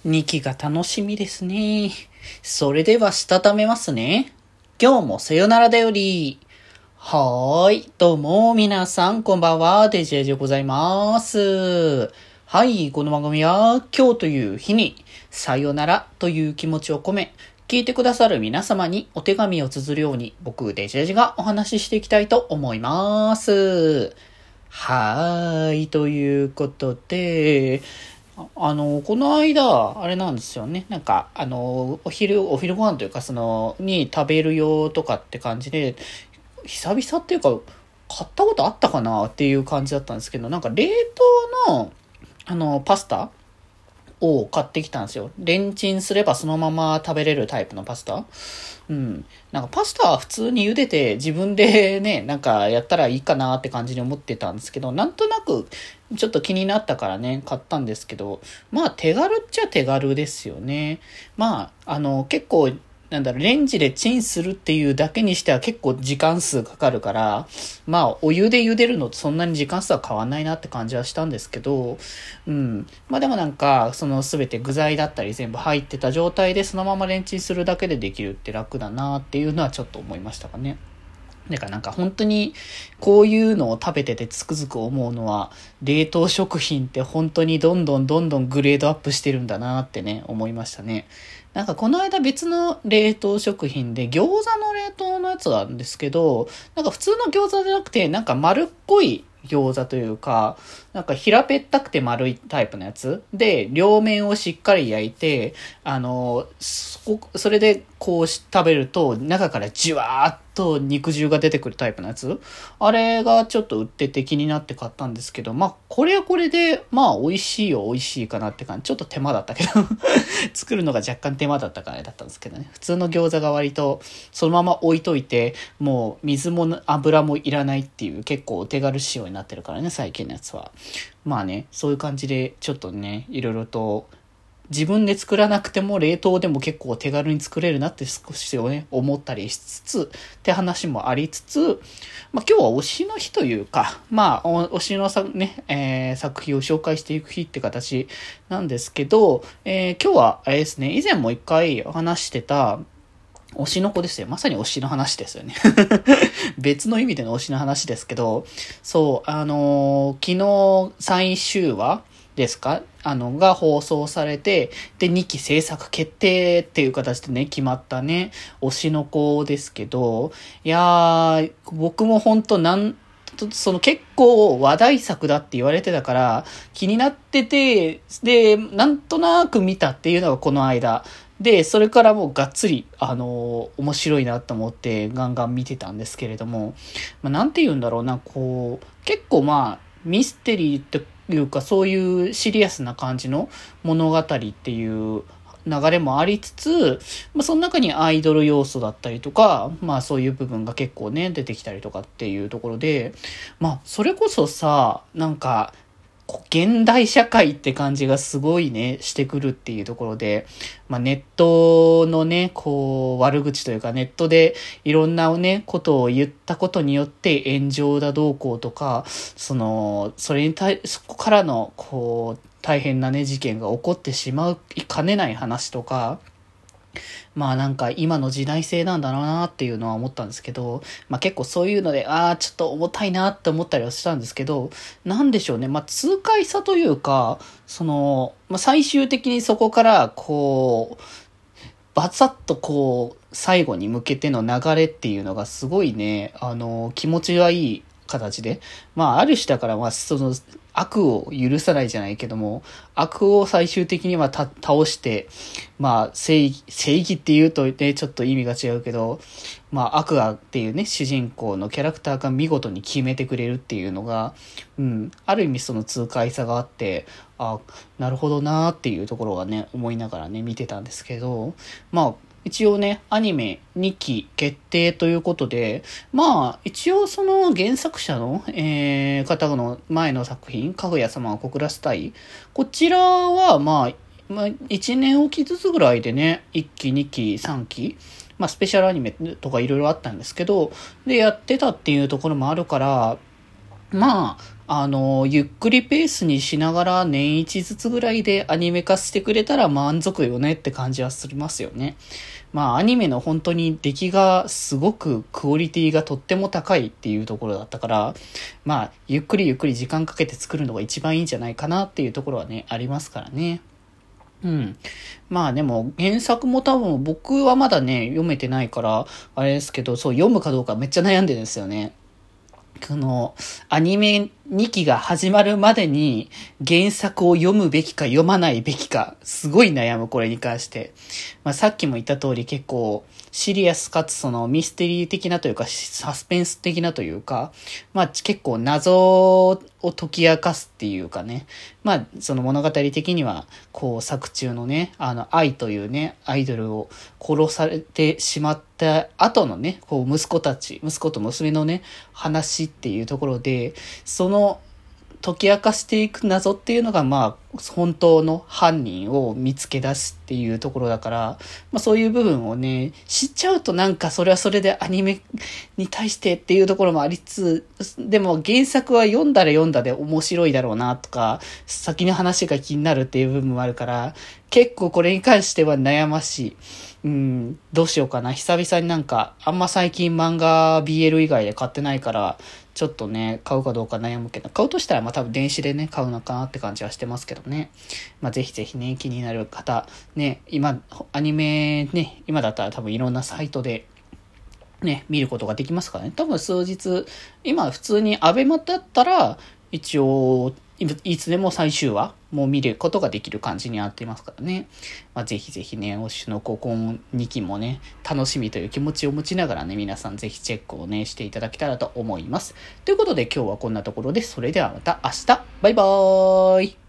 2期が楽しみですね。それではしたためますね。今日もさよならだより。はーい。どうも皆さんこんばんは。デジェジでございます。はい。この番組は今日という日にさよならという気持ちを込め、聞いてくださる皆様にお手紙を綴るように僕デジェジがお話ししていきたいと思います。はーい。ということで、この間、あれなんですよね。お昼ご飯というか、に食べるよとかって感じで、久々っていうか、買ったことあったかなっていう感じだったんですけど、なんか冷凍の、パスタを買ってきたんですよ。レンチンすればそのまま食べれるタイプのパスタ。うん。なんかパスタは普通に茹でて自分でね、なんかやったらいいかなって感じに思ってたんですけど、なんとなくちょっと気になったからね、買ったんですけど、まあ手軽っちゃ手軽ですよね。まあ、結構、レンジでチンするっていうだけにしては結構時間数かかるから、まあ、お湯で茹でるのとそんなに時間数は変わんないなって感じはしたんですけど、うん。まあでもなんか、そのすべて具材だったり全部入ってた状態でそのままレンチンするだけでできるって楽だなっていうのはちょっと思いましたかね。だからなんか本当にこういうのを食べててつくづく思うのは、冷凍食品って本当にどんどんグレードアップしてるんだなってね、思いましたね。なんかこの間別の冷凍食品で餃子の冷凍のやつがあるんですけど、なんか普通の餃子じゃなくてなんか丸っこい餃子というか、なんか平べったくて丸いタイプのやつで、両面をしっかり焼いて、それでこう食べると中からじわーっと肉汁が出てくるタイプのやつ、あれがちょっと売ってて気になって買ったんですけど、まあこれはこれでまあ美味しいよ美味しいかなって感じ。ちょっと手間だったけど作るのが若干手間だったからあれだったんですけどね。普通の餃子が割とそのまま置いといて、もう水も油もいらないっていう結構お手軽仕様になってるからね、最近のやつは。まあね、そういう感じでちょっとね、いろいろと自分で作らなくても冷凍でも結構手軽に作れるなって少しね、思ったりしつつって話もありつつ、まあ今日は推しの日というか、まあ推しの作品を紹介していく日って形なんですけど、今日はあれですね、以前も一回話してた推しの子ですよ。まさに推しの話ですよね。別の意味での推しの話ですけど、そう、昨日最終話ですかが放送されて、で、2期制作決定っていう形でね、決まったね、推しの子ですけど、いやー、僕も本当結構話題作だって言われてたから気になってて、で、なんとなく見たっていうのがこの間。で、それからもうがっつり、面白いなと思ってガンガン見てたんですけれども、まあ、なんて言うんだろうな、こう、結構まあ、ミステリーっていうか、そういうシリアスな感じの物語っていう流れもありつつ、まあ、その中にアイドル要素だったりとか、まあそういう部分が結構ね、出てきたりとかっていうところで、まあそれこそさ、なんか、現代社会って感じがすごいね、してくるっていうところで、まあネットのね、こう、悪口というかネットでいろんなね、ことを言ったことによって炎上だどうこうとか、そこからの、こう、大変なね、事件が起こってしまうかねない話とか、まあなんか今の時代性なんだろうなっていうのは思ったんですけど、まあ結構そういうので、ちょっと重たいなって思ったりはしたんですけど、なんでしょうね。まあ痛快さというか、まあ最終的にそこからこう、バサッとこう、最後に向けての流れっていうのがすごいね、気持ちがいい形で、まあある種だからまあ悪を許さないじゃないけども、悪を最終的には倒して、まあ正義って言うとね、ちょっと意味が違うけど、まあ悪がっていうね、主人公のキャラクターが見事に決めてくれるっていうのが、うん、ある意味その痛快さがあって、なるほどなーっていうところがね、思いながらね、見てたんですけど、まあ、一応ね、アニメ2期決定ということで、まあ、一応その原作者の、方の前の作品、かぐや様は告らせたい。こちらは、まあ、1年おきずつぐらいでね、1期、2期、3期、まあ、スペシャルアニメとかいろいろあったんですけど、で、やってたっていうところもあるから、まゆっくりペースにしながら年一ずつぐらいでアニメ化してくれたら満足よねって感じはしますよね。まあアニメの本当に出来がすごくクオリティがとっても高いっていうところだったから、まあゆっくりゆっくり時間かけて作るのが一番いいんじゃないかなっていうところはね、ありますからね。うん。まあでも原作も多分僕はまだね、読めてないから、あれですけど、そう読むかどうかめっちゃ悩んでるんですよね。アニメ2期が始まるまでに原作を読むべきか読まないべきか、すごい悩む、これに関して。まあ、さっきも言った通り結構シリアスかつそのミステリー的なというかサスペンス的なというか、まあ結構謎を解き明かすっていうかね。まあその物語的にはこう作中のね、愛というね、アイドルを殺されてしまった後のね、こう息子と娘のね、話っていうところで、その解き明かしていく謎っていうのが、まあ、本当の犯人を見つけ出すっていうところだから、まあそういう部分をね、知っちゃうとなんかそれはそれでアニメに対してっていうところもありつつ、でも原作は読んだら読んだで面白いだろうなとか、先の話が気になるっていう部分もあるから、結構これに関しては悩ましい。どうしようかな。久々になんか、あんま最近漫画 BL 以外で買ってないから、ちょっとね、買うかどうか悩むけど、買うとしたらまあ多分電子でね、買うのかなって感じはしてますけどね。まあぜひぜひね、気になる方、ね、今、アニメね、今だったら多分いろんなサイトで、ね、見ることができますからね。多分数日、今普通にアベマだったら、一応、いつでも最終話もう見ることができる感じになっていますからね。まあ、ぜひぜひね、推しの子今2期もね、楽しみという気持ちを持ちながらね、皆さんぜひチェックをね、していただけたらと思います。ということで今日はこんなところで、それではまた明日、バイバーイ。